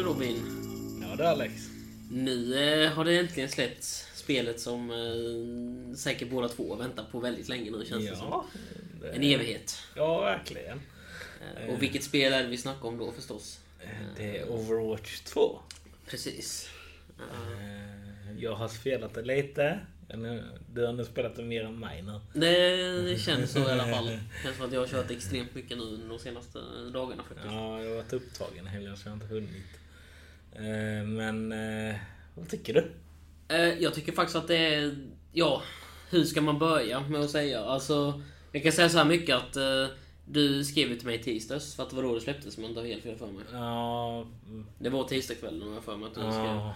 Robin. Ja, det är Alex. Nu har det äntligen släppts spelet som säkert båda två väntar på väldigt länge nu, känns det som. En evighet. Ja, verkligen. Och vilket spel är det vi snackar om då förstås? Det är Overwatch 2. Precis. Jag har spelat det lite. Du har nu spelat det mer än mig nu. Det känns så i alla fall. Det känns som att jag har kört extremt mycket nu de senaste dagarna faktiskt. Ja, jag har varit upptagen i helgen så jag har inte hunnit. Men vad tycker du? Jag tycker faktiskt att det är... Ja, hur ska man börja med att säga? Alltså, jag kan säga så här mycket att du skrev till mig i tisdags, för att det var då det släpptes, men inte har helt fel för mig. Ja. Det var tisdagskvällen om jag för mig att du skrev.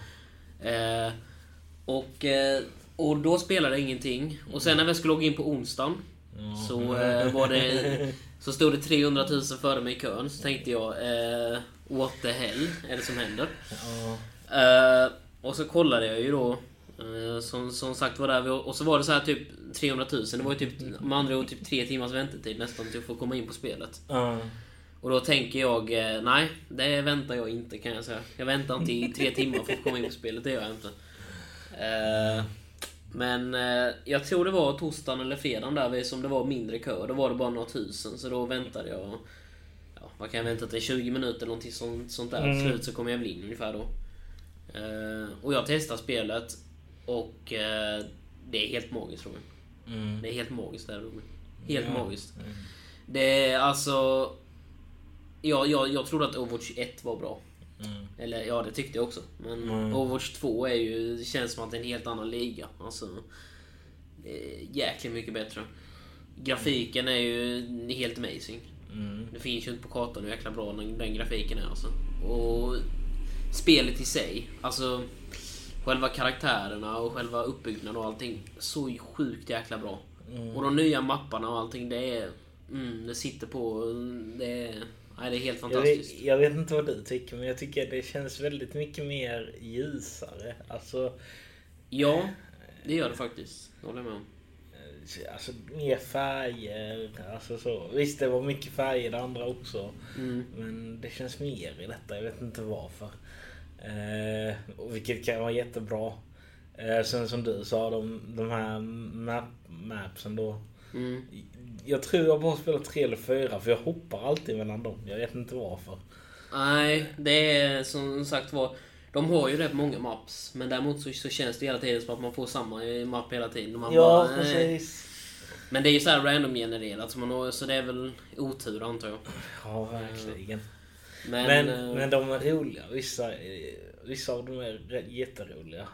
Och då spelade jag ingenting. Och sen när vi skulle logga in på onsdagen så var det... Så stod det 300 000 före mig i kön. Så tänkte jag, what the hell är det som händer? Och så kollade jag ju då. Som sagt var där. Och så var det så här typ 300 000. Det var ju typ, med andra ord, typ 3 timmars väntetid nästan till att få komma in på spelet. Och då tänker jag, nej, det väntar jag inte, kan jag säga. Jag väntar inte i 3 timmar för att komma in på spelet, det gör jag inte. Men jag tror det var torsdagen eller fredagen där som det var mindre kö. Då var det bara några tusen, så då väntade jag. Ja, vad kan jag vänta till 20 minuter eller någonting sånt där. Till slut så kommer jag väl in ungefär då. Och jag testar spelet. Och det är helt magiskt, Robin. Det är helt magiskt där, Robin. Helt magiskt. Det är alltså... Jag trodde att Overwatch 1 var bra. Eller ja, det tyckte jag också. Men Overwatch 2 är ju... Det känns som att det är en helt annan liga. Alltså... Jäkligt mycket bättre. Grafiken är ju helt amazing. Det finns ju inte på kartan hur jäkla bra den grafiken är alltså. Och... Spelet i sig. Alltså... Själva karaktärerna och själva uppbyggnaden och allting. Så sjukt jäkla bra. Och de nya mapparna och allting, det är... det sitter på... Det är helt fantastiskt. Jag vet inte vad du tycker, men jag tycker det känns väldigt mycket mer ljusare. Alltså... Ja, det gör det faktiskt. Jag håller med om. Alltså mer färger. Alltså så. Visst, det var mycket färger det andra också. Men det känns mer i detta. Jag vet inte varför. Och vilket kan vara jättebra. Sen som du sa, de här mapsen då. Jag tror jag bara spelar 3 eller 4, för jag hoppar alltid mellan dem. Jag vet inte varför. Nej, det är som sagt var... De har ju rätt många maps, men däremot så känns det hela tiden som att man får samma mapp hela tiden. Man ja, precis. Men det är ju så här random genererat, så det är väl otur, antar jag. Ja, verkligen. Men de är roliga. Vissa av dem är jätteroliga.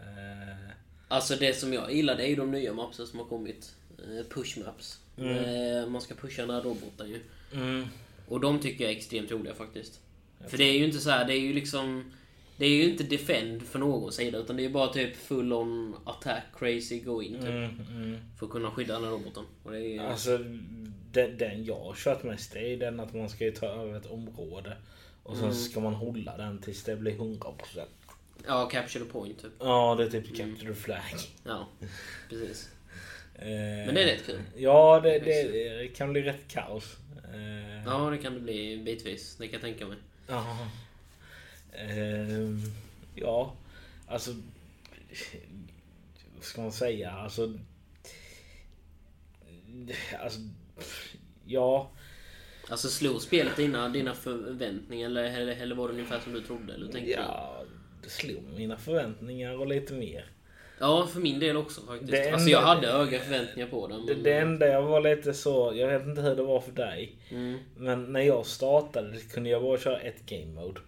Alltså det som jag gillar, det är ju de nya mapsen som har kommit. Push maps. Man ska pusha den här roboten ju. Och de tycker jag är extremt roliga faktiskt. För det är ju inte så här, det är ju liksom... Det är ju inte defend för någon sida, utan det är bara typ full on attack, crazy, go in typ. För att kunna skydda den här roboten. Och det är... Alltså den jag har kört mest är den att man ska ju ta över ett område. Och sen ska man hålla den tills det blir 100%. Ja, capture the point typ. Ja, det är typ capture the flag. Ja, precis. Men det är rätt kul. Ja, det kan bli rätt kaos. Ja, det kan det bli bitvis. Det kan jag tänka mig. Ja, alltså... Vad ska man säga? Alltså... Ja... Alltså slog spelet dina förväntningar eller var det ungefär som du trodde? Eller tänkte det slog mina förväntningar och lite mer. Ja, för min del också faktiskt. Alltså jag hade höga förväntningar på den. Men... Det enda jag var lite så... Jag vet inte hur det var för dig. Men när jag startade kunde jag bara köra ett game mode.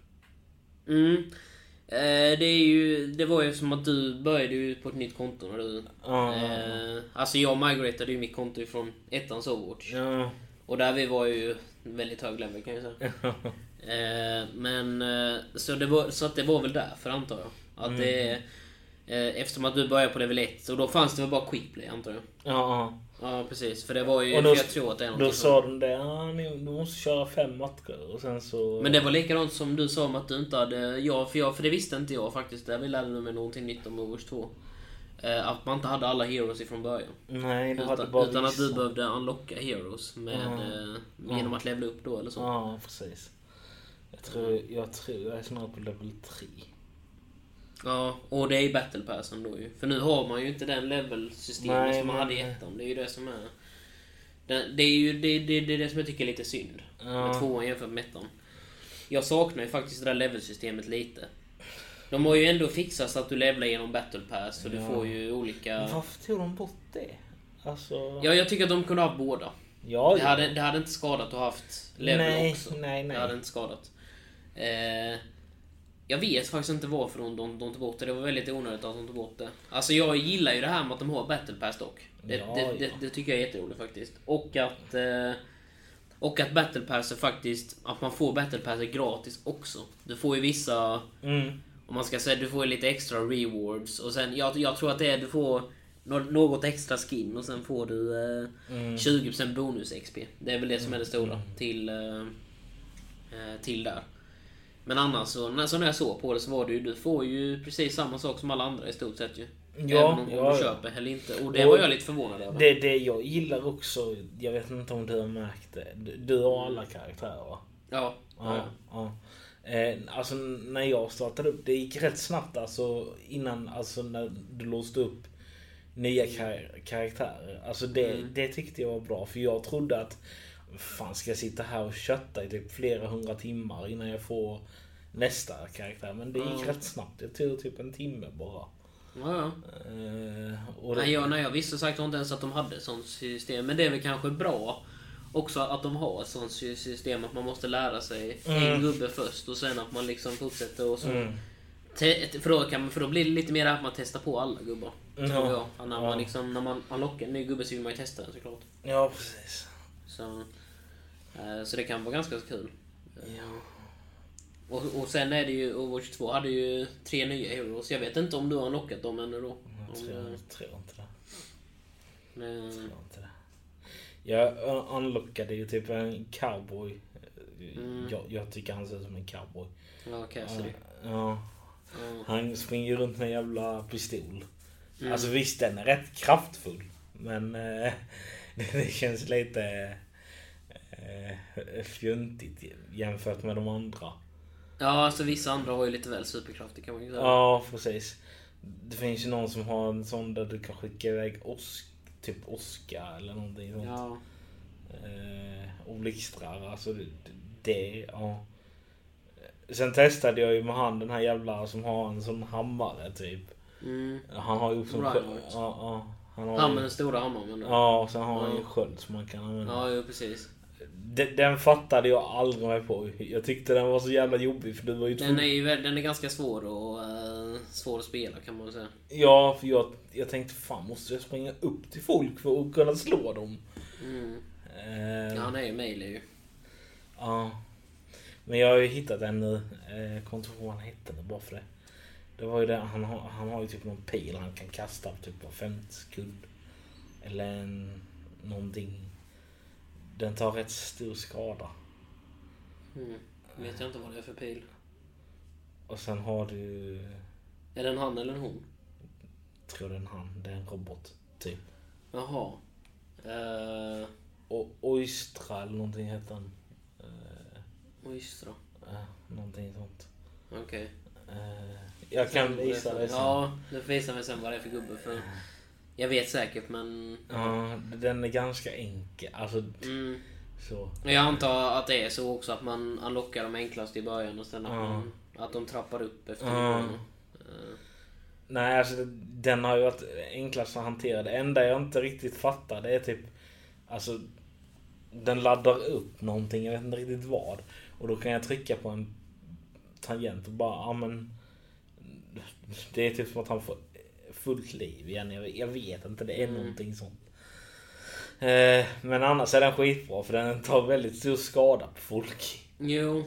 Det var ju som att du började ju på ett nytt konto när du... Alltså jag migratade ju mitt konto från ettans Overwatch. Och där vi var ju väldigt hög level, kan jag säga. Men så att det var väl därför, antar jag. Att det eftersom att du började på level 1, och då fanns det väl bara quickplay, antar jag. Ja, precis. För det var ju... Och då, jag tror att det är då sa de det, du måste köra 5 matcher. Och sen så... Men det var likadant som du sa om att du inte hade... För det visste inte jag faktiskt. Där vi lärde mig någonting nytt om Overwatch 2. Att man inte hade alla heroes ifrån början. Nej, det hade bara utan att du behövde unlocka heroes genom att levela upp då eller så. Ja, precis. Jag tror jag är snart på level 3. Ja, och det är i Battle Passen då ju. För nu har man ju inte den level-systemet som man hade i ettan. Det är ju det som är... Det är ju det som jag tycker är lite synd. Med 2 jämfört med ettan. Jag saknar ju faktiskt det där level-systemet lite. De har ju ändå fixat så att du levlar genom Battle Pass. Och du får ju olika... Men varför tog de bort det? Alltså... Ja, jag tycker att de kunde ha båda. Ja, det hade inte skadat att ha haft level också. Nej. Det hade inte skadat. Jag vet faktiskt inte varför de tog bort det. Det var väldigt onödigt att de tog bort det. Alltså jag gillar ju det här med att de har Battle Pass dock. Det tycker jag är jätteroligt faktiskt. Och att Battle Pass är faktiskt... Att man får Battle Pass gratis också. Du får ju vissa... Om man ska säga, du får ju lite extra rewards. Och sen, jag tror att det är... Du får något extra skin. Och sen får du 20% bonus XP. Det är väl det som är det stora. Till där. Men annars så när jag såg på det så var det ju... Du får ju precis samma sak som alla andra i stort sett ju. Ja, även om du köper eller inte. Och det var jag lite förvånad över. Det jag gillar också... Jag vet inte om du har märkt det. Du har alla karaktärer, va? Ja. Alltså när jag startade upp, det gick rätt snabbt alltså innan, alltså när du låste upp nya karaktärer. Alltså det tyckte jag var bra, för jag trodde att fan, ska jag sitta här och kötta i typ flera 100 timmar innan jag får nästa karaktär. Men det gick rätt snabbt, det tog typ en timme bara. Jag visste sagt inte ens att de hade ett sånt system. Men det är väl kanske bra också att de har ett sånt system att man måste lära sig en gubbe först och sen att man liksom fortsätter och så. För då blir det lite mer att man testar på alla gubbar. Tror jag. När man lockar en ny gubbe så vill man ju testa den såklart. Ja, precis. Så det kan vara ganska kul. Och sen är det ju Overwatch 2 hade ju 3 nya heroes. Jag vet inte om du har lockat dem ännu då. Jag tror inte det. Jag unlockade ju typ en cowboy. Jag tycker han ser ut som en cowboy. Ja, Cassidy. Han springer runt med en jävla pistol. Alltså visst, den är rätt kraftfull. Men det känns lite fjuntigt jämfört med de andra. Ja, alltså vissa andra har ju lite väl superkrafter kan man ju säga. Ja, precis. Det finns ju någon som har en sån där du kan skicka iväg typ Oscar eller någonting sånt. Ja. Och blixtrar, alltså det. Sen testade jag ju med han den här jävla som har en sån hammare typ. Han har ju också en sköld. Han med den stora hammaren. Ja, sen har han ju sköld som man kan använda. Ja, jo, precis. Den fattade jag aldrig med på. Jag tyckte den var så jävla jobbig för du var ju den är ganska svår att spela kan man säga. Ja, för jag tänkte fan, måste jag springa upp till folk för att kunna slå dem? Han är ju melee ju. Ja. Men jag har ju hittat en nu. Kommer inte ihåg vad han hette bara för det. Det var ju det, han har ju typ någon pil han kan kasta typ på 50 sekund. Eller någonting. Den tar rätt stor skada. Vet jag inte vad det är för pil. Och sen har du... Är det en han eller en hon? Jag tror det är en han. Det är en robot typ. Jaha. Och Oystra eller någonting heter han. Oystra? Någonting sånt. Okej. Jag kan visa dig sen. Ja, du får visa mig sen vad det är för gubbe. För jag vet säkert, men... Ja, den är ganska enkel. Alltså, så. Jag antar att det är så också att man unlockar dem enklast i början och sen att de trappar upp efter Nej, alltså den har ju varit enklast att hantera. Det enda jag inte riktigt fattar, det är typ... Alltså, den laddar upp någonting, jag vet inte riktigt vad. Och då kan jag trycka på en tangent och bara, men... Det är typ som att han får fullt liv igen. Jag vet inte, det är någonting sånt. Men annars är den skitbra för den tar väldigt stor skada på folk. Jo.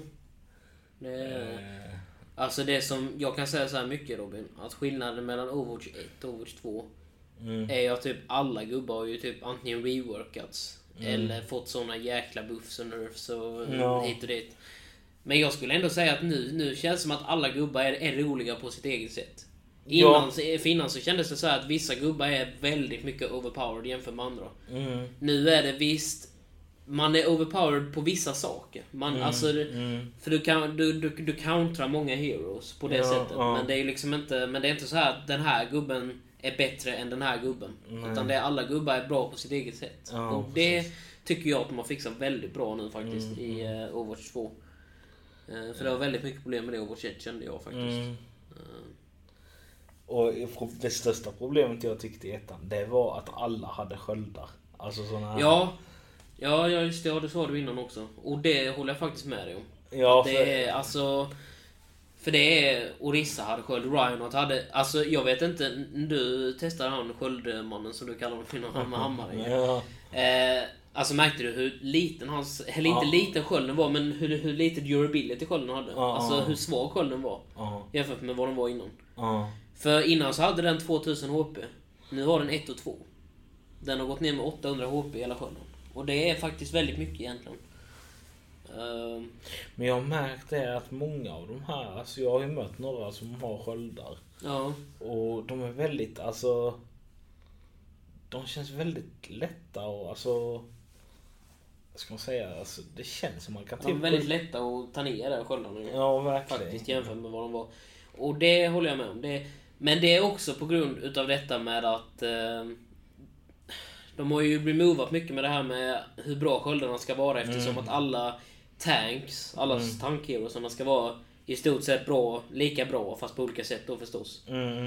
Alltså det som jag kan säga så här mycket, Robin, att skillnaden mellan Overwatch 1 och Overwatch 2 är ju att typ alla gubbar har ju typ antingen reworkats eller fått såna jäkla buffs och nerfs och hit och dit. Men jag skulle ändå säga att nu känns det som att alla gubbar är roliga på sitt eget sätt. Innan så kändes det så här att vissa gubbar är väldigt mycket overpowered jämfört med andra. Nu är det visst man är overpowered på vissa saker. För du countrar många heroes på det sättet. Men det är liksom inte, men det är inte så här att den här gubben är bättre än den här gubben. Utan det är alla gubbar är bra på sitt eget sätt. Och det tycker jag att de har fixat väldigt bra nu faktiskt i Overwatch 2. För det var väldigt mycket problem med det Overwatch 1, kände jag faktiskt. Och det största problemet jag tyckte i ettan, det var att alla hade sköldar. Alltså såna här... Ja, just det. Det sa du innan också. Och det håller jag faktiskt med dig om. Ja, det är alltså... För det är... Orisa hade sköld, Reinhardt hade... Alltså jag vet inte, du testade han sköldmannen som du kallar honom med hammaren. Alltså märkte du hur liten hans... Eller inte liten skölden var, men hur lite durability skölden hade. Alltså hur svag skölden var. Jämfört med vad den var innan. För innan så hade den 2000 HP. Nu har den 1 och 2. Den har gått ner med 800 HP i hela skölden. Och det är faktiskt väldigt mycket egentligen. Men jag har märkt det att många av de här, alltså jag har ju mött några som har sköldar. Ja. Och de är väldigt, alltså... De känns väldigt lätta och alltså... Vad ska man säga? Alltså, det känns som man kan... De är väldigt lätta att ta ner där sköldarna. Ja, verkligen. Faktiskt jämfört med vad de var. Och det håller jag med om. Men det är också på grund utav detta med att... de har ju removat mycket med det här med hur bra sköldarna ska vara eftersom att alla tanks, alla tankheroesarna ska vara i stort sett bra, lika bra fast på olika sätt då förstås.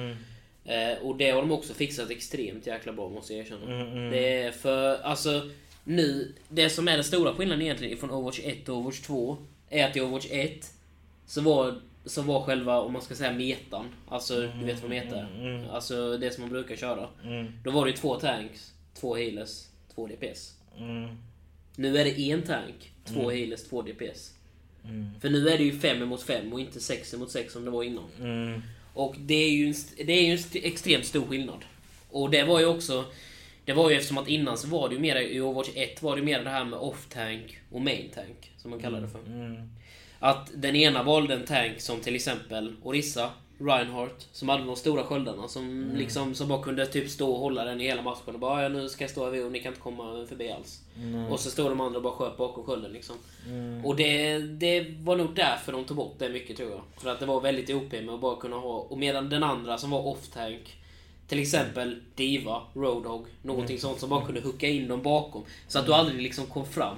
Och det har de också fixat extremt jäkla bra, måste jag erkänna. Det är för, alltså nu, det som är den stora skillnaden egentligen från Overwatch 1 och Overwatch 2 är att i Overwatch 1 så var själva, om man ska säga, metan, alltså du vet vad meta är, alltså det som man brukar köra. Då var det 2 tanks, 2 healers, 2 DPS. Nu är det 1 tank, 2 healers, 2 DPS. För nu är det ju 5 mot 5 och inte 6 mot 6 som det var innan. Och det är ju en extremt stor skillnad. Och det var ju eftersom att innan så var det ju mer i Overwatch 1 var det mer det här med off-tank och main-tank som man kallar det för. Att den ena valde en tank som till exempel Orisa, Reinhardt, som hade de stora sköldarna som liksom som bara kunde typ stå och hålla den i hela matchen och bara nu ska jag stå över och ni kan inte komma förbi alls. Och så står de andra och bara sköt bakom skölden liksom. Och det var nog därför de tog bort det mycket, tror jag. För att det var väldigt OP med att bara kunna ha, och medan den andra som var off-tank, till exempel Diva, Roadhog, någonting sånt som bara kunde hooka in dem bakom. Så att du aldrig liksom kom fram.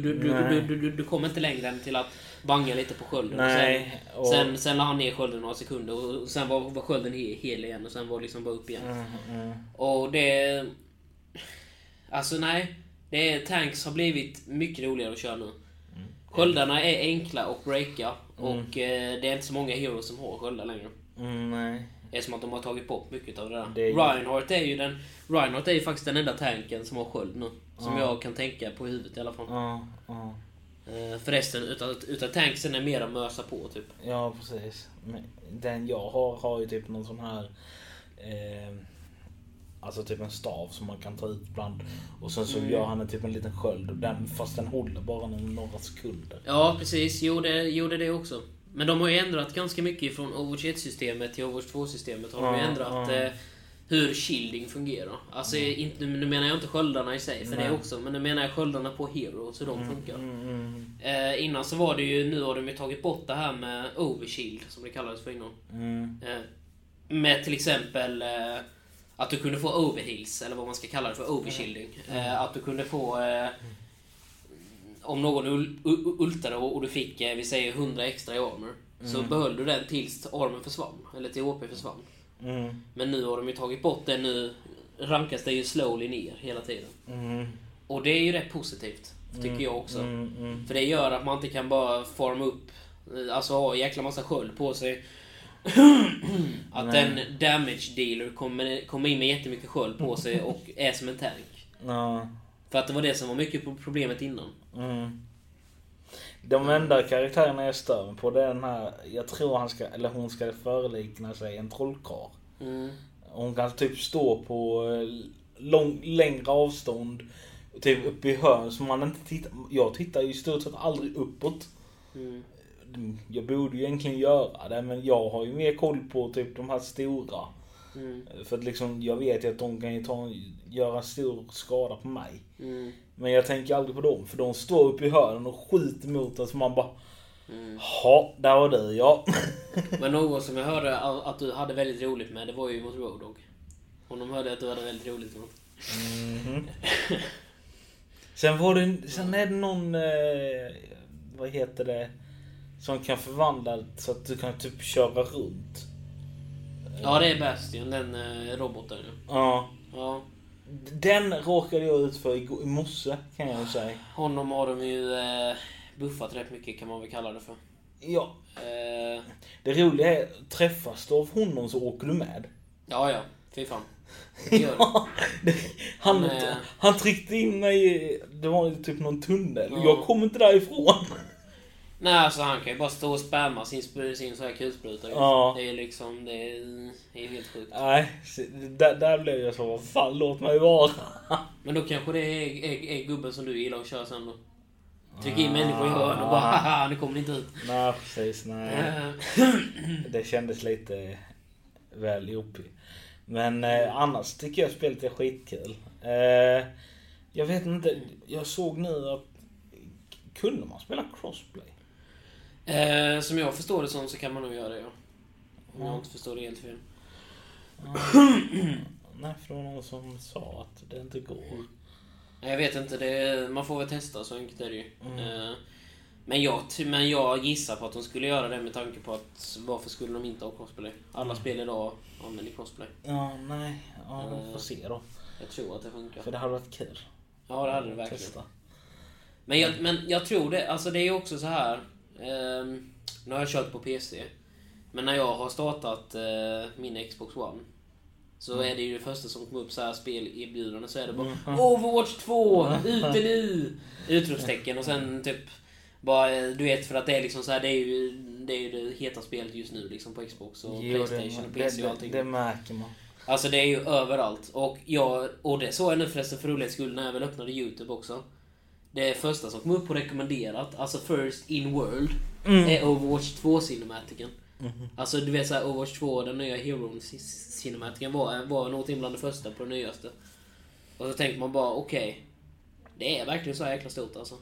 Du kom inte längre än till att banga lite på skölden. Nej, sen la han ner skölden några sekunder och sen var skölden hel igen och sen var liksom bara upp igen. Och det... Alltså nej, tanks har blivit mycket roligare att köra nu. Sköldarna är enkla att breaka och det är inte så många heroes som har sköldar längre. Nej. Det är som att de har tagit bort mycket av det där. Reinhardt är ju faktiskt den enda tanken som har sköld nu. Som jag kan tänka på huvudet i alla fall. Förresten, utan tanksen är mer att mösa på typ. Ja, precis. Men den jag har ju typ någon sån här... alltså typ en stav som man kan ta ut ibland. Och sen så gör han typ en liten sköld. Fast den håller bara några sekunder. Ja, precis. Gjorde det också. Men de har ju ändrat ganska mycket från Overwatch 1-systemet till Overwatch 2-systemet. Har de ju ändrat hur shielding fungerar. Alltså nu menar jag inte sköldarna i sig för det också. Men nu menar jag sköldarna på Hero, så de funkar. Innan så var det ju, nu har de ju tagit bort det här med overshield som det kallades för innan. Med till exempel att du kunde få overheals, eller vad man ska kalla det för, overshielding. Att du kunde få... om någon ultade och du fick, vi säger 100 extra i armor, så behöll du den tills armen försvann, eller till HP försvann. Men nu har de ju tagit bort det, nu rankas det ju slowly ner hela tiden. Och det är ju rätt positivt, tycker jag också. För det gör att man inte kan bara forma upp, alltså ha en jäkla massa sköld på sig. Att en damage dealer kommer in med jättemycket sköld på sig och är som en tank. För att det var det som var mycket problemet innan. De enda karaktärerna jag stör på, det är den här, jag tror hon ska förelikna sig en trollkarl. Hon kan typ stå på längre avstånd, typ uppe i hörn, så man inte tittar. Jag tittar ju i stort sett aldrig uppåt. Jag borde ju egentligen göra det, men jag har ju mer koll på typ de här stora. För att liksom, jag vet ju att de kan ju göra stor skada på mig. Men jag tänker aldrig på dem. För de står upp i hörnen och skjuter mot oss. Man bara, ja, där var du, ja. Men något som jag hörde att du hade väldigt roligt med, det var ju mot Road Dogg. Och de hörde att du hade väldigt roligt med. Sen är det någon, vad heter det, som kan förvandla så att du kan typ köra runt. Ja, det är Bastion, den roboten. Ja. Ja. Den råkade jag ut för i morse, kan jag säga. Honom har de ju buffat rätt mycket, kan man väl kalla det för. Ja. Det roliga är, träffas du av honom så åker du med. Ja, fy fan. Han tryckte in mig, det var ju typ någon tunnel. Jag kom inte därifrån. Nej, alltså han kan ju bara stå och spamma sin så här kulspruta. Ja. Det är liksom, det är helt sjukt. Nej, där blev jag så, vad fan, låt mig vara. Men då kanske det är gubben som du gillar att köra sen då. Tryck in människor i hörn och bara, haha, nu kommer det inte ut. Nej, precis, nej. Det kändes lite väl jobbigt. Men annars tycker jag spelet är skitkul. Jag vet inte, jag såg nu att kunde man spela crossplay? Som jag förstår det så kan man nog göra det, ja. Om jag inte förstår det helt fel. Nej, för det var någon som sa att det inte går. Jag vet inte, man får väl testa, så enkelt är det ju. Men jag gissar på att de skulle göra det med tanke på att varför skulle de inte ha crossplay? Alla spel idag använder crossplay. Ja, nej. Ja, de får se då. Jag tror att det funkar. För det hade varit kul. Ja, det hade det verkligen. Testa. Men jag tror det, alltså det är också så här. Nu har jag kört på PC. Men när jag har startat min Xbox One, så är det ju det första som kommer upp så här spelerbjudande, så är det bara Overwatch 2, ute nu! Utropstecken och sen typ bara, du vet, för att det är liksom så här, det är ju det heta spelet just nu liksom på Xbox och PlayStation och PC och allting. Det märker man. Alltså det är ju överallt. Och det såg jag nu förresten för rolighets skull när jag väl öppnade YouTube också. Det första som kom upp på rekommenderat, alltså first in world, är Overwatch 2 cinematiken. Alltså du vet såhär, Overwatch 2, den nya Hero cinematiken var något bland det första på det nyaste. Och så tänkte man bara, okej, det är verkligen så här jäkla stort alltså.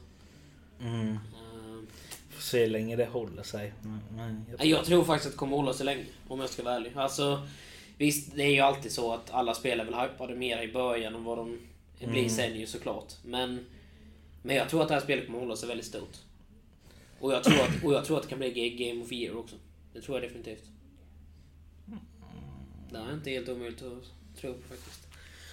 Får se hur länge det håller sig. Jag tror faktiskt att det kommer hålla sig länge, om jag ska vara ärlig. Alltså, visst, det är ju alltid så att alla spelare vill hypa det mer i början än vad de blir sen ju, såklart. Men jag tror att det här spelet kommer hålla sig väldigt stort. Och jag tror att det kan bli Game of the Year också. Det tror jag definitivt. Det är inte helt omöjligt att tro på faktiskt.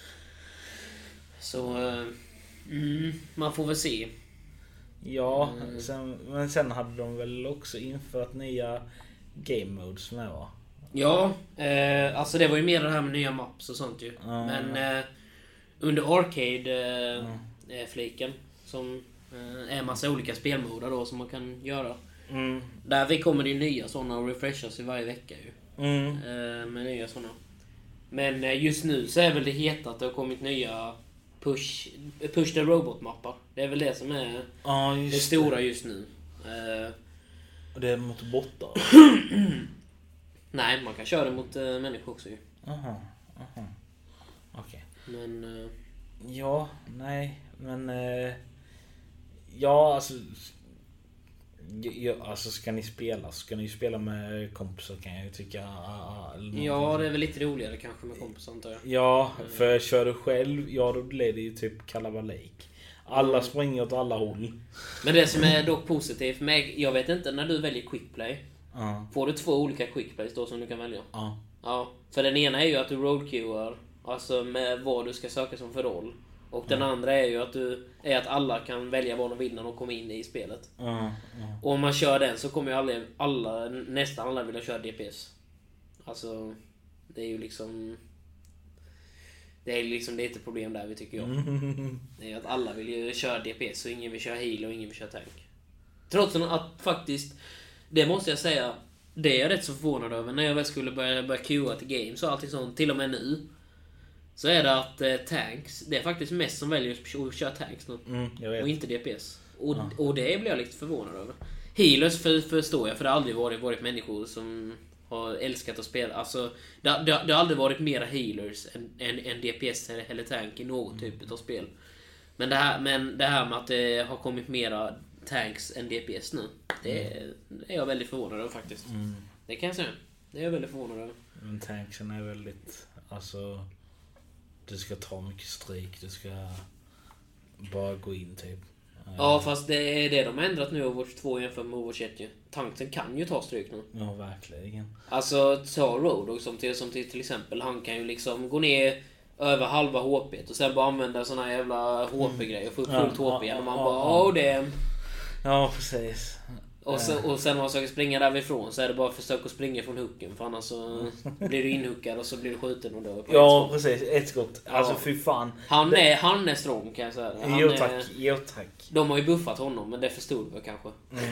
Så man får väl se. Ja, men sen hade de väl också infört nya game modes med, va? Ja, alltså det var ju mer det här med nya maps och sånt ju. Men under arcade-fliken som är massa olika spelmoder då som man kan göra. Där vi kommer det ju nya sådana och refreshas i varje vecka ju. Med nya sådana. Men just nu så är väl det heta att det har kommit nya push the robot-mappar. Det är väl det som är det stora just nu. Och det är mot bottar? Nej, man kan köra det mot människor också ju. Okej. Men ja, nej, men ja, alltså ska ni spela med kompisar, kan jag ju tycka. Ja, det är väl lite roligare kanske med kompisar, antar jag. Ja, för kör du själv, ja då blir det ju typ kalabalik. Alla springer åt alla håll. Men det som är dock positivt med, jag vet inte, när du väljer quickplay, får du 2 olika quickplays då som du kan välja. Ja, för den ena är ju att du roadqueuar, alltså med vad du ska söka som för roll. Och den andra är ju att alla kan välja vad de vill när de kommer in i spelet. Och om man kör den så kommer ju nästan alla vilja köra DPS. Alltså, det är ju liksom... Det är ett problem där, vi tycker jag. Det är att alla vill ju köra DPS och ingen vill köra heal och ingen vill köra tank. Trots att faktiskt, det måste jag säga, det är jag rätt så förvånad över. När jag väl skulle börja queua till games och allting sånt, till och med nu, så är det att tanks, det är faktiskt mest som väljer att köra tanks nu. Och inte DPS. Och det blir jag lite förvånad över. Healers förstår jag, för det har aldrig varit människor som har älskat att spela. Alltså, det har aldrig varit mera healers än DPS eller tank i något typ av spel. Men det här med att det har kommit mera tanks än DPS nu, det är jag väldigt förvånad över faktiskt. Det kan jag säga. Det är jag väldigt förvånad över. Men tanksen är väldigt, alltså, du ska ta mycket stryk, du ska bara gå in typ. Ja, fast det är det de har ändrat nu Overwatch 2 jämfört med Overwatch 1 ju. Tanksen kan ju ta stryk nu. Ja, verkligen. Alltså, ta Roadhog som till exempel, han kan ju liksom gå ner över halva HP och sen bara använda såna här jävla HP-grejer och få upp fullt HP igen. Och man bara, det. Ja, precis. Och sen när man försöker springa därifrån så är det bara försök att springa från hooken, för annars så blir du inhookad och så blir du skjuten och dör. Ja, precis. Ett skott. Alltså fy fan. Han är strong, kan jag säga. Jo tack. De har ju buffat honom, men det förstod vi kanske.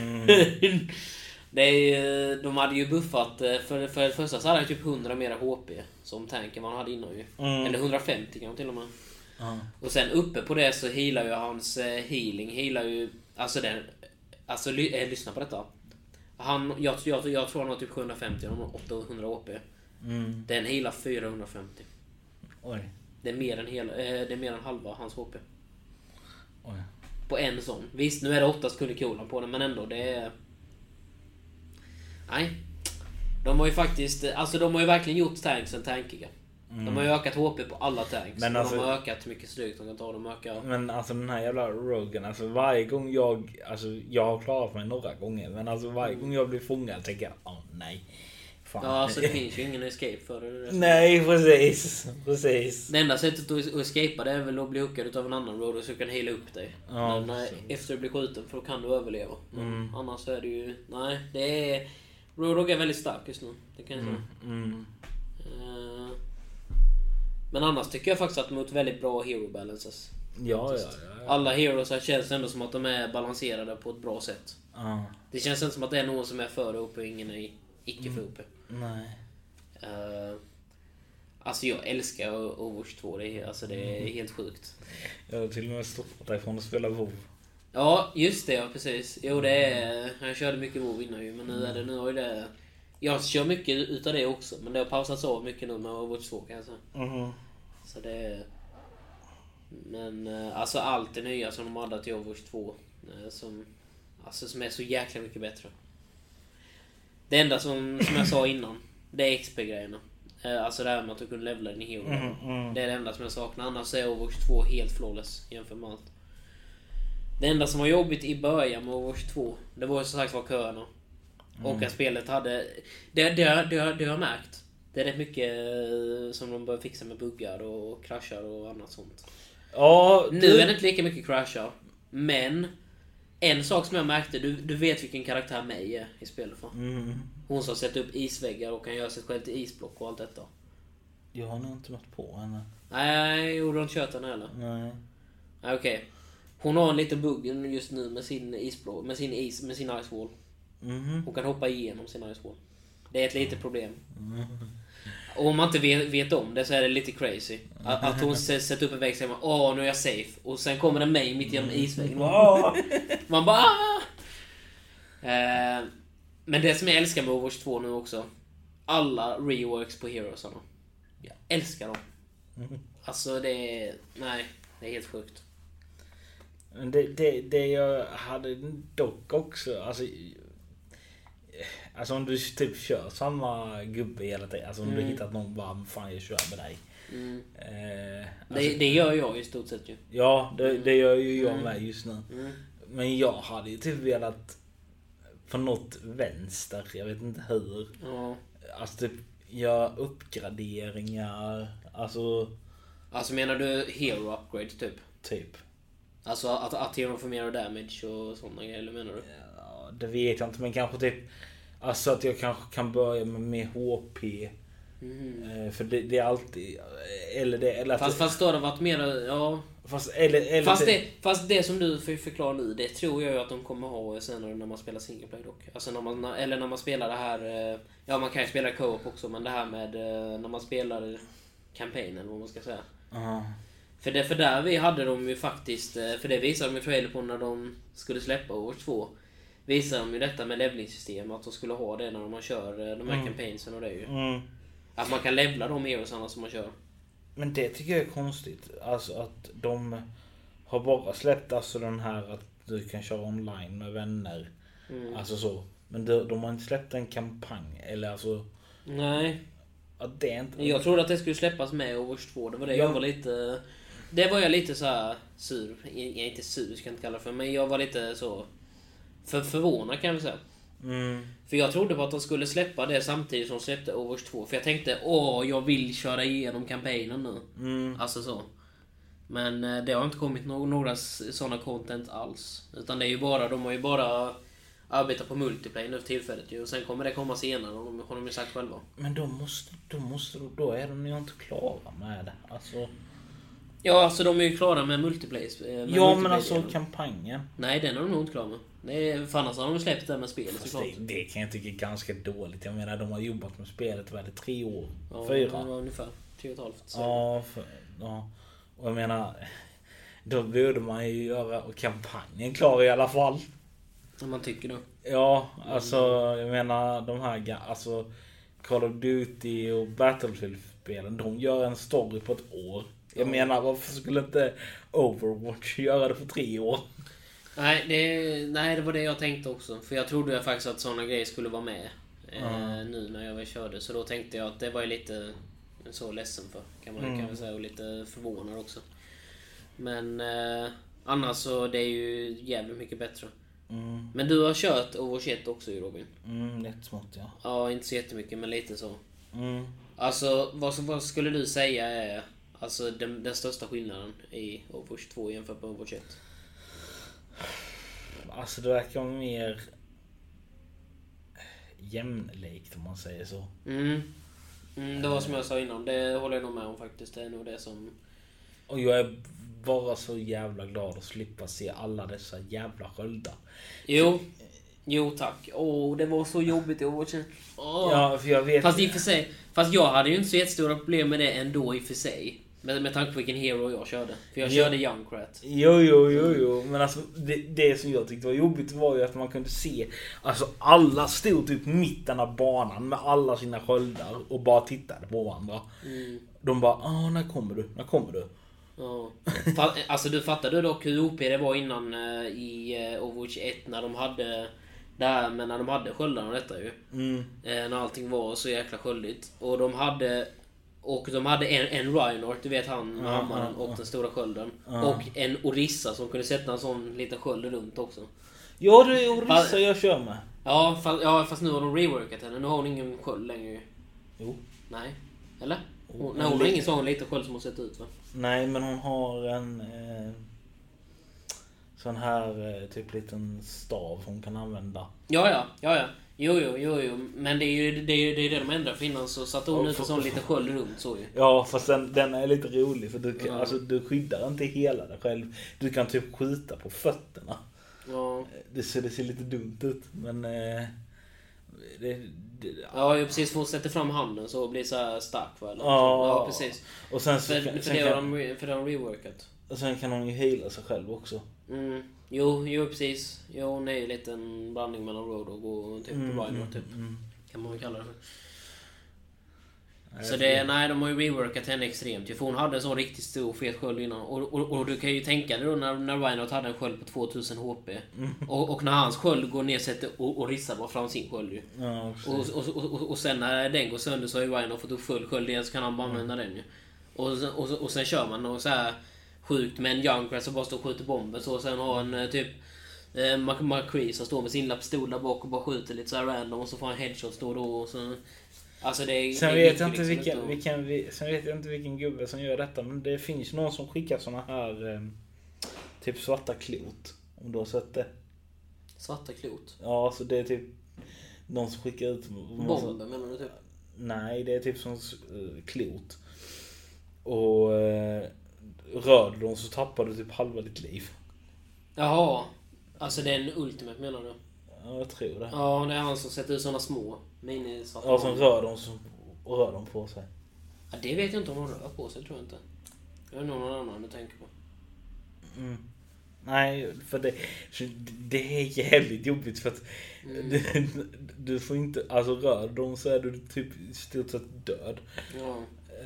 De hade ju buffat, för det första så hade han typ 100 mera HP som tanken man hade innan ju. Eller 150 kanske till och med. Och sen uppe på det så healar ju hans healing ju, alltså lyssna på detta. Jag tror han har typ 750 eller 800 HP. Den healar 450. Oj. Det är mer än halva hans HP. Oj. På en sån. Visst, nu är det 8 sekunder cooldown på den, men ändå, det är... Nej. De har ju faktiskt... Alltså, de har ju verkligen gjort tanksen tankiga. De har ju ökat HP på alla tanks. Men alltså, de har ökat hur mycket stryk de kan ta. De ökar... Men alltså den här jävla Rogan, alltså varje gång jag har klarat mig några gånger, men alltså varje gång jag blir fångad tänker jag, nej. Fan. Ja, alltså det finns ju ingen escape för det. Nej, precis. Det enda sättet att escapa det är väl att bli hookad av en annan road så du kan hela upp dig. Ja, men efter du blir skjuten, för då kan du överleva. Annars så är det ju... Nej, det är... Roadhog är väldigt stark just nu. Det kan jag säga. Men annars tycker jag faktiskt att de har gjort väldigt bra hero balances. Ja. Alla heroes här känns ändå som att de är balanserade på ett bra sätt. Det känns inte som att det är någon som är för OP och ingen är icke för OP. Nej. Alltså jag älskar Overwatch 2. Det är helt sjukt. Jag har till och med stoppat dig från att spela WoW. Ja, just det, ja, precis. Jo, det är... Jag körde mycket WoW innan ju, men nu har ju det... Jag kör mycket utav det också, men det har pausats av mycket nu med Overwatch 2 kan jag säga. Så det är... Men alltså allt det nya som de hade till Overwatch 2 som är så jäkla mycket bättre. Det enda som jag sa innan, det är XP-grejerna. Alltså det här med att du kunde levela din hero. Det är det enda som jag saknar. Annars är Overwatch 2 helt flawless jämfört med allt. Det enda som var jobbigt i början med Overwatch 2, det var som sagt var köerna. Och att spelet hade... Det har jag märkt. Det är rätt mycket som de börjar fixa med buggar och kraschar och annat sånt. Ja, nu är det inte lika mycket kraschar. Men en sak som jag märkte, du vet vilken karaktär Mei är i spelet för. Hon som sätter upp isväggar och kan göra sig själv till isblock och allt detta. Jag har nog inte något på henne. Nej, gjorde hon kört henne eller? Nej. Okej. Hon har en liten bugg just nu med sin isblå, med sin ice wall. Hon kan hoppa igenom sin ice wall. Det är ett litet problem. Och om man inte vet om det så är det lite crazy. Att hon sätter upp en vägg och säger nu är jag safe. Och sen kommer det mig mitt genom isväggen. Man bara Men det som jag älskar med Overwatch 2 nu också, alla reworks på heroesarna. Jag älskar dem. Alltså det är helt sjukt. Det jag hade dock också, alltså om du typ kör samma gubbe hela tiden, alltså om du hittat någon bara, fan jag kör med dig. Det gör jag i stort sett ju. Ja, det gör ju jag med just nu. Men jag hade ju typ velat på något vänster, jag vet inte hur. Alltså typ göra uppgraderingar, alltså menar du hero upgrade typ. Alltså att hero får mer damage och sådana grejer, eller menar du? Ja, det vet jag inte, men kanske typ alltså att jag kanske kan börja med HP. För det är alltid eller fast då har det varit mer, ja. Fast det som du förklarar nu, det tror jag att de kommer ha senare när man spelar single play dock. Alltså när man spelar det här, ja man kan ju spela co-op också, men det här med när man spelar campaign eller vad man ska säga. För där vi hade de ju faktiskt, för det visade de ju trailer på när de skulle släppa Overwatch 2. visade de ju detta med levelsystem, att de skulle ha det när man kör de här campaignsen och det ju. Att man kan levla de heroesarna som man kör. Men det tycker jag är konstigt. Alltså att de har bara släppt alltså den här att du kan köra online med vänner. Alltså så. Men de har inte släppt en kampanj. Eller alltså... Nej. Ja, det är inte... Jag trodde att det skulle släppas med Overwatch 2. Det var det jag var lite... Det var jag lite så här sur. Jag är inte sur, ska jag inte kalla det för. Men jag var lite så... förvånad kan jag väl säga. För jag trodde på att de skulle släppa det samtidigt som de släppte Overwatch 2. För jag tänkte, jag vill köra igenom kampanjen nu. Alltså så. Men det har inte kommit några sådana content alls. Utan det är ju bara, de har ju bara arbetat på multiplayer nu för tillfället ju. Och sen kommer det komma senare, och har de ju sagt själva. Men då är de ju inte klara med det. Alltså... Ja, alltså de är ju klara med multiplayer. Men alltså kampanjen. Nej, den är de nog inte klara med. För annars har de släppt det med spelet såklart. Det kan jag tycka är ganska dåligt. Jag menar, de har jobbat med spelet i 3 år. Ja, 4. Det var ungefär 3,5. Ja. Och jag menar, då borde man ju göra kampanjen klar i alla fall. Om man tycker då. Ja, alltså jag menar de här alltså Call of Duty och Battlefield-spelen, de gör en story på ett år. Jag menar, varför skulle inte Overwatch göra det för 3 år? Nej, det var det jag tänkte också. För jag trodde faktiskt att sådana grejer skulle vara med nu när jag väl körde. Så då tänkte jag att det var jag lite så ledsen för, kan man väl säga, och lite förvånad också. Men annars så det är ju jävligt mycket bättre. Men du har kört Overwatch 1 också ju, Robin. Jättesmått, ja. Ja, inte så jättemycket, men lite så. Alltså, vad skulle du säga är alltså den största skillnaden i Overwatch 2 jämfört med Overwatch 1? Alltså det verkar mer jämlikt om man säger så. Det var som jag sa innan, det håller jag nog med om faktiskt. Det är nog det som... Och jag är bara så jävla glad att slippa se alla dessa jävla sköldar. Jo tack. Det var så jobbigt i Overwatch. Ja, för jag vet... Fast jag hade ju inte så jättestora problem med det ändå i och för sig. Med tanke på vilken hero jag körde. För jag körde Junkrat. Jo. Men alltså det som jag tyckte var jobbigt var ju att man kunde se, alltså alla stod typ mitten av banan med alla sina sköldar och bara tittade på varandra. De bara, när kommer du? Ja. Alltså du fattade dock hur OP det var innan i Overwatch 1 när de hade det här, men när de hade sköldarna och detta ju. När allting var så jäkla sköldigt. Och de hade en Reinhardt, du vet han med hammaren och den stora skölden. Och en Orisa som kunde sätta en sån liten sköld runt också. Ja, det är Orisa jag kör med. Ja, fast nu har de reworkat henne. Nu har hon ingen sköld längre. Jo. Nej. Eller? Hon har ingen sån liten sköld som hon sett ut, va? Nej, men hon har en sån här typ liten stav hon kan använda. Ja. Jo. Men det är ju det de ändrar för innan, så satte hon ut en sån liten sköld runt så ju. Ja, fast den är lite rolig för du skyddar inte hela dig själv. Du kan typ skjuta på fötterna. Ja. Det ser lite dumt ut, men ja, precis, för hon sätter fram handen så blir så här stark, va? Ja, precis. Och sen för det har de reworkat. Och sen kan hon ju heala sig själv också. Jo, precis. Jo, hon är ju lite en blandning mellan Roadhog och typ Reinhardt typ. Kan man väl kalla det. Så de har ju reworkat henne extremt. För hon hade en sån riktigt stor fet sköld innan. Och du kan ju tänka dig då när Reinhardt hade en sköld på 2000 HP. Och när hans sköld går ner sätter och rissar bara fram sin sköld ju. Ja, och sen när den går sönder så har ju Reinhardt fått upp full sköld igen, så kan han bara använda den ju. Och sen kör man något så här sjukt med en Junkrat som bara står och skjuter bomber. Så sen har en typ McCree som står med sin pistol där bak och bara skjuter lite så här random. Och så får han headshots då och då. Och så, alltså sen vet jag inte vilken gubbe som gör detta. Men det finns någon som skickar såna här typ svarta klot. Om du har sett det. Svarta klot? Ja, så det är typ någon som skickar ut bomber menar du typ? Nej, det är typ som klot. Och rör du dem så tappar du typ halva ditt liv. Jaha. Alltså det är en ultimate menar du? Ja, jag tror det. Ja, det är han som sätter ut såna små minisvarta. Ja, som rör dem på sig. Ja, det vet jag inte om de rör på sig, tror jag inte. Det är någon annan du tänker på. Nej, för det är jävligt jobbigt för att du får inte, alltså rör dem så är du typ i stort sett död. Ja.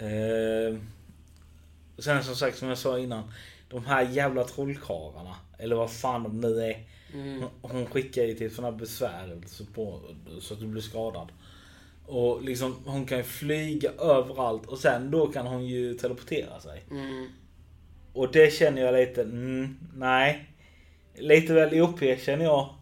Sen som sagt, som jag sa innan, de här jävla trollkarlarna, eller vad fan de nu är. Hon skickar ju till sådana besvärjelser på så att du blir skadad. Och liksom hon kan ju flyga överallt och sen då kan hon ju teleportera sig. Och det känner jag lite, nej. Lite väl OP känner jag.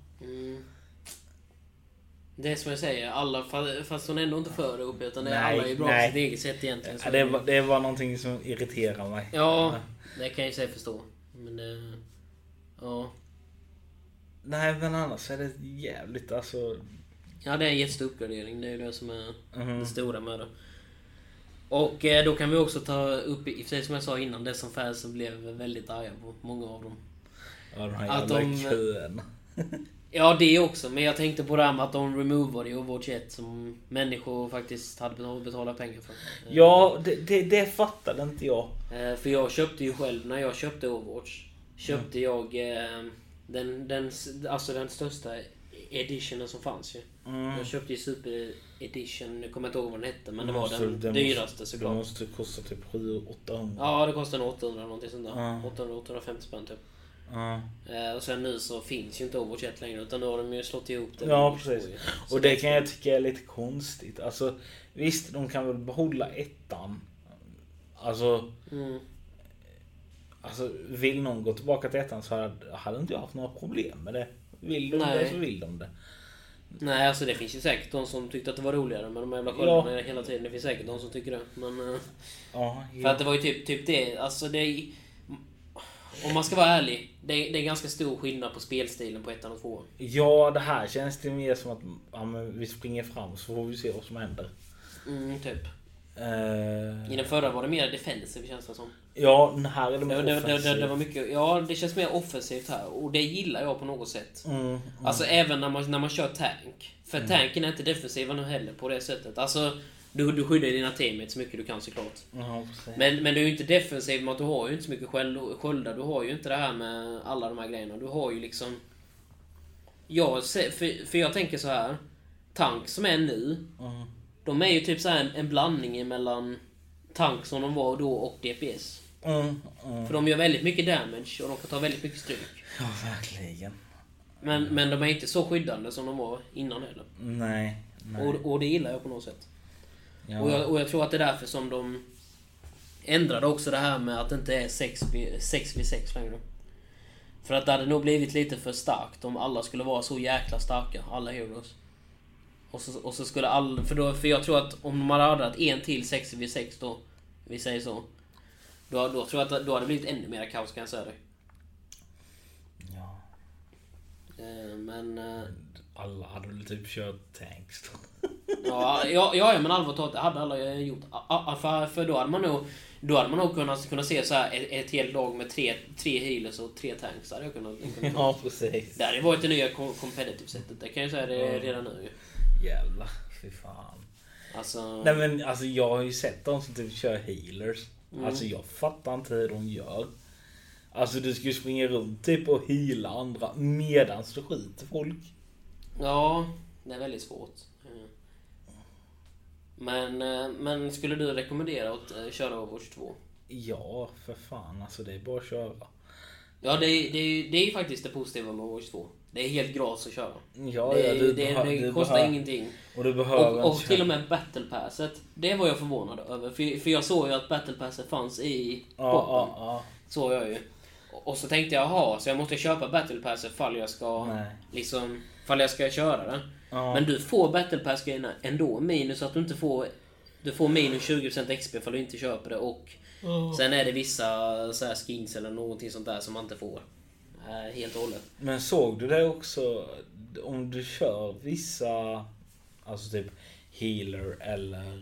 Det är som jag säger, alla, fast hon är ändå inte för OP, utan det är alla är bra på sitt eget sätt egentligen. Ja, det var någonting som irriterar mig. Ja, det kan jag ju säga förstå. Men det, ja. Nej, men annars är det jävligt, alltså. Ja, det är en jättestor uppgradering. Det är det som är det stora med det. Och då kan vi också ta upp, i sig som jag sa innan, det som fansen blev väldigt arga på, många av dem. Ja, de här jävla kön. Ja, det också. Men jag tänkte på det här med att de removade Overwatch 1 som människor faktiskt hade betalat pengar för. Ja, det fattade inte jag. För jag köpte ju själv, när jag köpte Overwatch, köpte jag den största editionen som fanns ju. Jag köpte ju Super Edition, jag kommer inte ihåg vad den hette, men det var den dyraste såklart. Det måste kosta typ 700-800. Ja, det kostar 800 någonting sånt där. 800-850 spänn typ. Och sen nu så finns ju inte Overwatch 1 längre, utan nu har de ju slått ihop det. Ja, precis. Och det kan jag tycka är lite konstigt. Alltså, visst, de kan väl behålla ettan. Alltså, alltså vill någon gå tillbaka till ettan så hade inte jag haft några problem med det. Vill de det så vill de det. Nej, alltså det finns ju säkert de som tyckte att det var roligare med de jävla sköldarna hela tiden. Det finns säkert de som tycker det. Men, för att det var ju typ det. Alltså det är, om man ska vara ärlig, det är ganska stor skillnad på spelstilen på 1 och 2. Ja, det här känns det mer som att vi springer fram så får vi se vad som händer. Typ. I den förra var det mer defensiv, känns det som. Ja, den här är det mer offensivt. Det var mycket, ja, det känns mer offensivt här. Och det gillar jag på något sätt. Alltså även när man kör tank. För tanken är inte defensiva nu heller på det sättet. Alltså, du skyddar dina teammates så mycket du kan såklart. Men du är ju inte defensiv med att du har ju inte så mycket sköldar. Du har ju inte det här med alla de här grejerna. Du har ju liksom... För jag tänker så här. Tank som är nu... De är ju typ så här en blandning mellan tank som de var då och DPS. För de gör väldigt mycket damage och de kan ta väldigt mycket stryk. Ja, verkligen. Men de är inte så skyddande som de var innan heller. Nej. Och det gillar jag på något sätt. Ja. Och jag tror att det är därför som de ändrade också det här med att det inte är 6v6 längre. För att det hade nog blivit lite för starkt om alla skulle vara så jäkla starka, alla heroes. Och så skulle alla... För jag tror att om man hade radat en till 6v6 då, vi säger så, då tror jag att då hade det blivit ännu mer kaos, kan jag säga det. Ja. Men... alla hade väl typ kört tanks då. ja, men allvarligt talat, det hade alla gjort. För då hade man nog kunnat se så här ett helt lag med tre healers och 3 tanks. Hade jag kunnat. Ja, precis. Det hade varit det nya competitive sättet. Det kan jag säga det redan nu. Jävlar, fy fan. Alltså... Nej, men alltså jag har ju sett de som typ kör healers. Alltså jag fattar inte hur de gör. Alltså du ska ju springa runt typ och heala andra medan du skjuter folk. Ja, det är väldigt svårt. Men skulle du rekommendera att köra Overwatch 2? Ja, för fan. Alltså det är bara att köra. Ja, det är ju faktiskt det positiva med Overwatch 2. Det är helt gratis att köra. Ja, det kostar ingenting. Och du behöver och till och med Battle Passet. Det var jag förvånad över. För jag såg ju att Battle Passet fanns i poppen. Så jag ju. Och så tänkte jag, så jag måste köpa Battle Passet fall jag ska köra det. Men du får Battle Pass-grejerna ändå, minus att du får minus 20% XP för du inte köper det, och sen är det vissa så här skins eller någonting sånt där som man inte får helt och hållet. Men såg du det också, om du kör vissa, alltså typ healer eller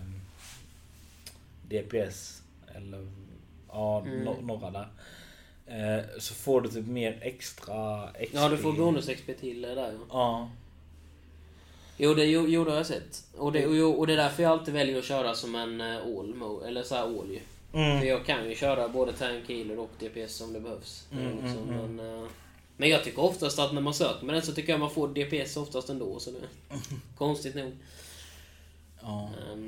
DPS eller några där, så får du typ mer extra XP. Ja, du får bonus XP till det där. Ja. Jo, det har jag sett. Och det är därför jag alltid väljer att köra som en all mode, eller så här all ju. För jag kan ju köra både tank, healer och DPS om det behövs. Men jag tycker oftast att när man söker med den så tycker jag man får DPS oftast ändå. Så det är konstigt nog. Ja.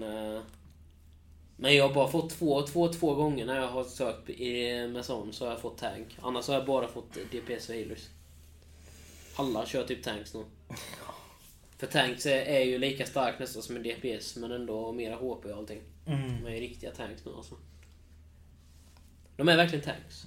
Men jag har bara fått två gånger när jag har sökt med sån, så har jag fått tank. Annars har jag bara fått DPS och healers. Alla kör typ tanks nu. För tanks är ju lika stark nästan som en DPS, men ändå mera HP och allting. De är riktiga tanks nu alltså. De är verkligen tanks.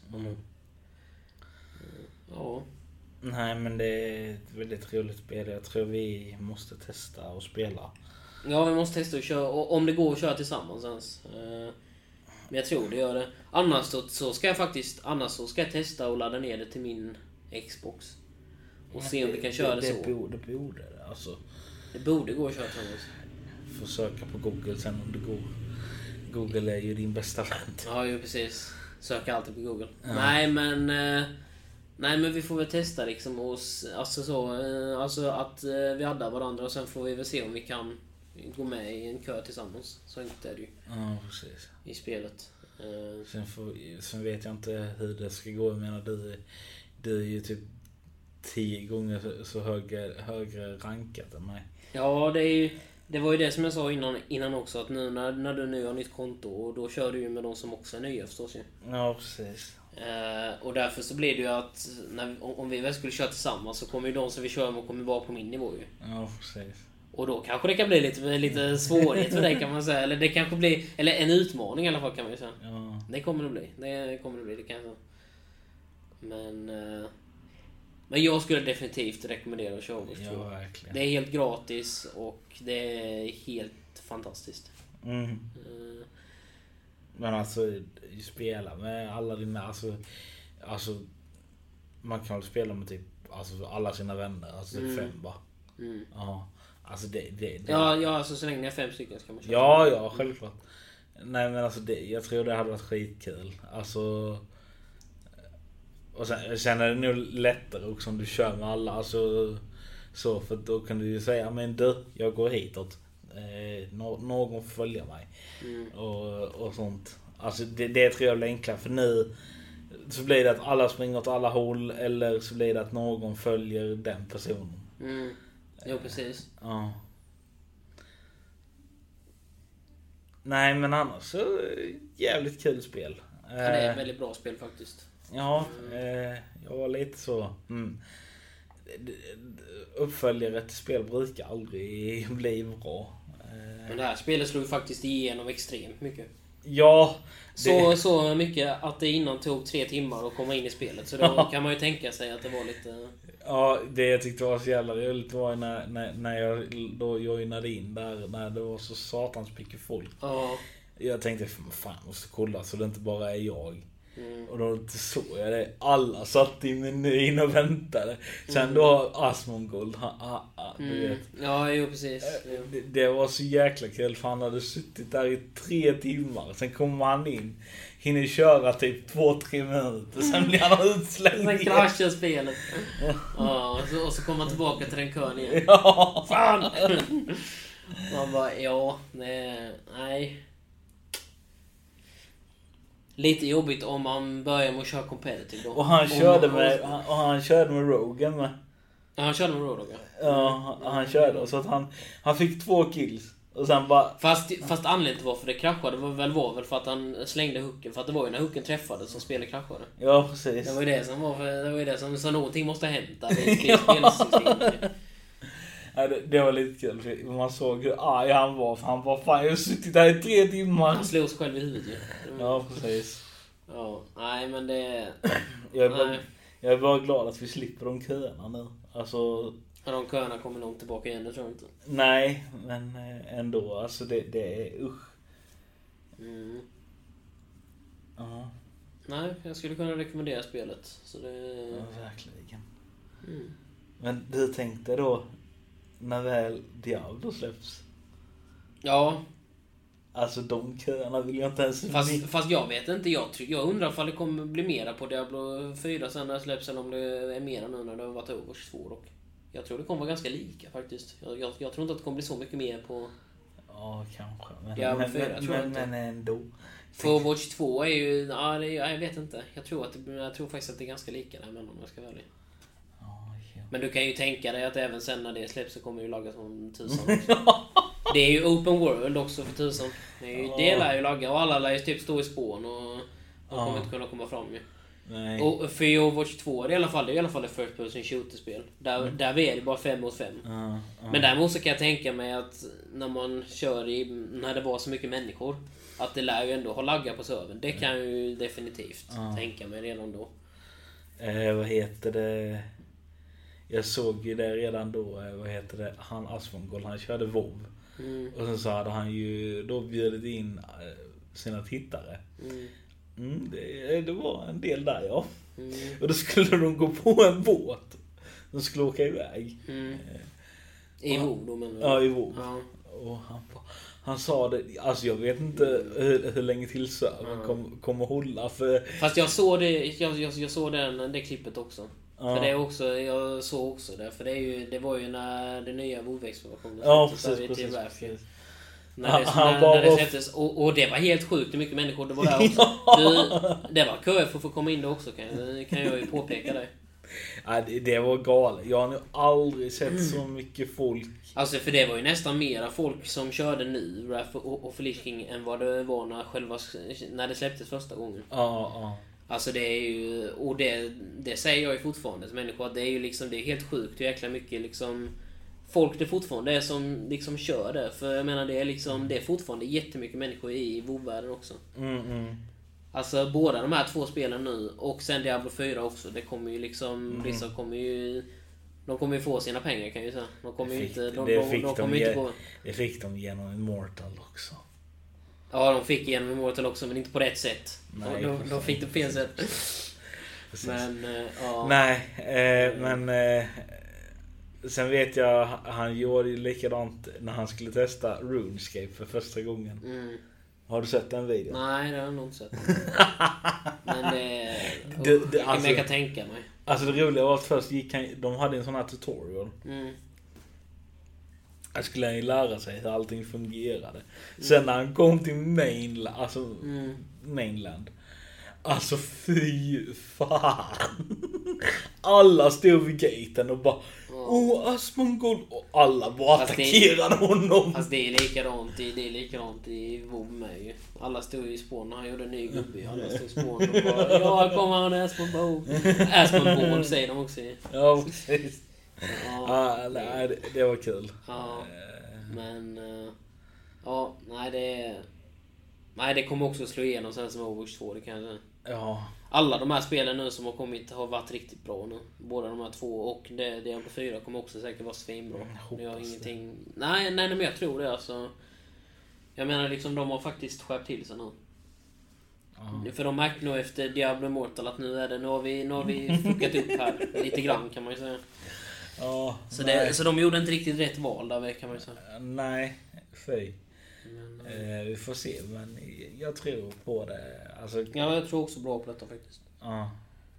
Ja. Nej, men det är ett väldigt roligt spel. Jag tror vi måste testa och spela. Ja, vi måste testa och köra, om det går att köra tillsammans ens. Men jag tror det gör det. Annars så ska jag testa och ladda ner det till min Xbox. Och se om vi kan köra det så. Det borde det alltså. Det borde gå att köra tillsammans. Försöka på Google sen om det går. Google är ju din bästa vän. Ja, ju precis. Söka alltid på Google. Ja. Nej, men vi får väl testa liksom. Alltså att vi addar varandra och sen får vi väl se om vi kan gå med i en kö tillsammans. Så enkelt är det ju. Ja, precis. I spelet. Sen vet jag inte hur det ska gå. Jag menar, du är ju typ 10 gånger så högre rankat än mig. Ja, det var ju det som jag sa innan också. Att nu när du nu har nytt konto, och då kör du ju med de som också är nya förstås ju. Ja, precis. Och därför så blir det ju att om vi väl skulle köra tillsammans så kommer ju de som vi kör med kommer vara på min nivå ju. Ja, precis. Och då kanske det kan bli lite svårighet för dig kan man säga. Eller det kanske blir, eller en utmaning i alla fall kan man ju säga. Ja. Det kommer det bli. Det kan jag säga. Men jag skulle definitivt rekommendera att köra Overwatch. Ja, verkligen. Det är helt gratis och det är helt fantastiskt. Men alltså, spela med alla dina... Alltså man kan väl spela med typ alla sina vänner. Alltså 5 bara. Ja. Alltså det. Ja, alltså så länge det är 5 stycken ska man köra. Ja, självklart. Nej, men alltså jag tror det hade varit skitkul. Alltså... Och sen är det nog lättare också om du kör med alla. Alltså, så, för då kan du ju säga, men du, jag går hitåt. Någon får följa mig. Och sånt. Alltså det tror jag blir enklare. För nu så blir det att alla springer åt alla håll. Eller så blir det att någon följer den personen. Jo, precis. Ja. Nej, men annars så jävligt kul spel. Ja, det är ett väldigt bra spel faktiskt. Ja, jag var lite så... Uppföljare till spel brukar aldrig bli bra. Men det här spelet slog faktiskt igenom extremt mycket. Ja. Så mycket att det innan tog 3 timmar att komma in i spelet. Så då kan man ju tänka sig att det var lite... Ja, det jag tyckte var så jävla roligt var när jag då joinade in där. När det var så satans mycket folk. Ja. Jag tänkte, fan, måste kolla så det inte bara är jag. Och då såg jag det. Alla satt i menyn och väntade. Sen då Asmongold. Du vet. Ja, jo, precis. Det var så jäkla kul. För han hade suttit där i 3 timmar. Sen kommer han in. Hinner köra typ 2-3 minuter. Sen blir han utslängd. Sen kraschar spelet. Ja, och så kommer han tillbaka till den kön igen. Ja. Fan! Man bara, nej. Lite jobbigt om man börjar med att köra competitive då. Och han körde med Rogan med. Ja, han körde med Rogan. Ja, han körde så att han fick 2 kills. Och sen bara... Fast anledningen till varför det kraschade var väl för att han slängde hooken. För att det var ju när hooken träffade som spelet kraschade. Ja, precis. Det var ju det som så någonting måste hända i spelsystemet. Ja, det var lite kul för man såg hur arg han var. För han var fan, jag har suttit där i 3 timmar. Han slog sig själv i huvudet ju. Ja, precis. Ja, nej men det... Jag är bara glad att vi slipper de köerna nu. Alltså... Ja, de köerna kommer nog tillbaka igen, det tror jag inte. Nej, men ändå. Alltså det är usch. Ja. Nej, jag skulle kunna rekommendera spelet. Så det... Ja, verkligen. Men du tänkte då när väl Diablo släpps? Ja. Alltså de köerna vill jag inte ens... Fast jag vet inte. Jag undrar om det kommer bli mera på Diablo 4 sen när det släpps. Eller om det är mera nu när det har varit Overwatch 2 dock. Jag tror det kommer vara ganska lika faktiskt. Jag tror inte att det kommer bli så mycket mer på... Ja, kanske. Diablo 4 tror jag inte. Men ändå. För Overwatch 2 är ju... Ja, jag vet inte. Jag tror faktiskt att det är ganska lika där mellan, om jag ska välja. Men du kan ju tänka dig att även sen när det släpps så kommer ju laggas som 1000 också. Det är ju open world också för 1000. Det lär ju lagga och alla lär ju typ stå i spån och de kommer inte kunna komma fram ju. Nej. Och för Overwatch 2 det är i alla fall ett first person shooter-spel. Där är det bara 5 mot 5. Men däremot så kan jag tänka mig att när man kör när det var så mycket människor, att det lär ju ändå ha laggar på servern. Det kan jag ju definitivt tänka mig redan då. Vad heter det? Jag såg ju det redan då. Han Asmongold, han körde WoW. Och sen så hade han ju då bjudit in sina tittare. Det var en del där, ja. Och då skulle de gå på en båt. De skulle åka iväg. I WoW då, men ja, i WoW. Ja. Och han sa det, alltså jag vet inte hur länge till servern kommer hålla för... Fast jag såg det klippet också. För det är också, jag såg också det. För det var ju när det nya WoW-expansionen. Ja, precis. När det släpptes. Och det var helt sjukt hur mycket människor det var där också. Det var kö för att få komma in där också, kan jag ju påpeka det. Ja, det var galet. Jag har nog aldrig sett så mycket folk. Alltså för det var ju nästan mera folk som körde nu Wrath och Lich King än vad det var när det släpptes första gången. Ja. Alltså det är ju, och det säger jag ju fortfarande som människa, att det är ju liksom, det är helt sjukt hur jäkla mycket liksom folk det fortfarande är som liksom kör det. För jag menar det är liksom, det är fortfarande jättemycket människor i WoW-världen också. Alltså båda de här 2 spelen nu och sen Diablo 4 också, det kommer ju liksom Blizzard de kommer ju få sina pengar, kan jag ju säga. De kommer ju inte det fick de genom Immortal också. Ja, de fick igenom Immortal också, men inte på rätt sätt. Nej, de fick det på fel sätt. Men, ja. Nej, men sen vet jag, han gjorde ju likadant när han skulle testa RuneScape för första gången. Har du sett den videon? Nej, det har jag nog inte sett. Men alltså, jag kan tänka mig. Alltså det roliga var att först de hade en sån här tutorial. Jag skulle ju lära sig hur allting fungerade. Sen när han kom till mainland. Alltså fy fan. Alla stod vid gaten och bara Asmongold, och alla bara attackerade honom. Alltså det är likadant i WoW med ju. Alla stod i spån när han gjorde en ny gubbe. Alla stod i spån och bara, ja, kommer han Asmongold säger de också. Ja, precis. Nej, det var kul. Ja, men nej, det kommer också slå igenom sen som Overwatch 2, det kan jag säga. Ja. Alla de här spelen nu som har kommit har varit riktigt bra nu. Båda de här 2 och Diablo 4 kommer också säkert vara svinbra. Jag har ingenting. Nej, men jag tror det alltså. Jag menar liksom de har faktiskt skärpt till sig nu. För de märkte nog efter Diablo Immortal att nu har vi fuckat upp här lite grann, kan man ju säga. Ja, så de gjorde inte riktigt rätt val där, kan man ju säga. Nej, fy. Vi får se, men jag tror på det. Alltså, ja, jag tror också bra på detta faktiskt. Ja.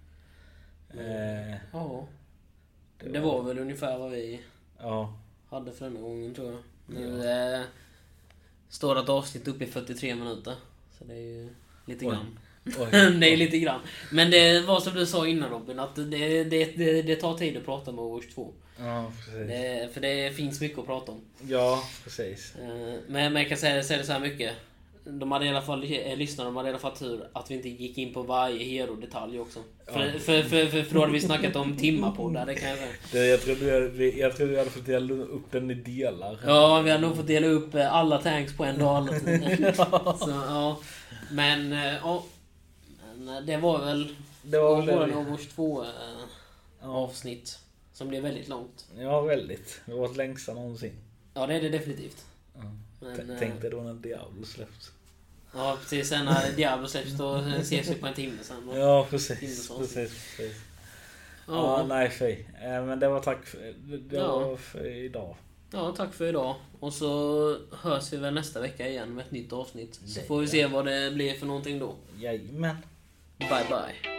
Ja. Det var väl ungefär vad vi hade för denna gången, tror jag. Nu står att avsnitt upp i 43 minuter. Så det är ju lite grann. Det är lite grann. Men det var som du sa innan, Robin, att det tar tid att prata med Overwatch 2. Ja, precis. För det finns mycket att prata om. Ja, precis. Men jag kan säga det så här mycket. Lyssnarna hade i alla fall tur att vi inte gick in på varje hero-detalj också. För då hade vi snackat om timmar på det kan jag säga. Jag tror vi hade fått dela upp den i delar. Ja, vi hade nog fått dela upp alla tanks på en dag. Så, ja. Men det var väl våran Overwatch 2 avsnitt som blev väldigt långt. Ja, väldigt. Det var det längsta någonsin. Ja, det är det definitivt. Men, tänk dig då när Diablo släpps. Ja, precis. Sen när Diablo släpps då ses vi på en timme sen. Ja, precis. Ja, nej, fej. Men det var tack för idag. Ja, tack för idag. Och så hörs vi väl nästa vecka igen med ett nytt avsnitt. Så får vi se vad det blir för någonting då. Jajamän. Bye bye.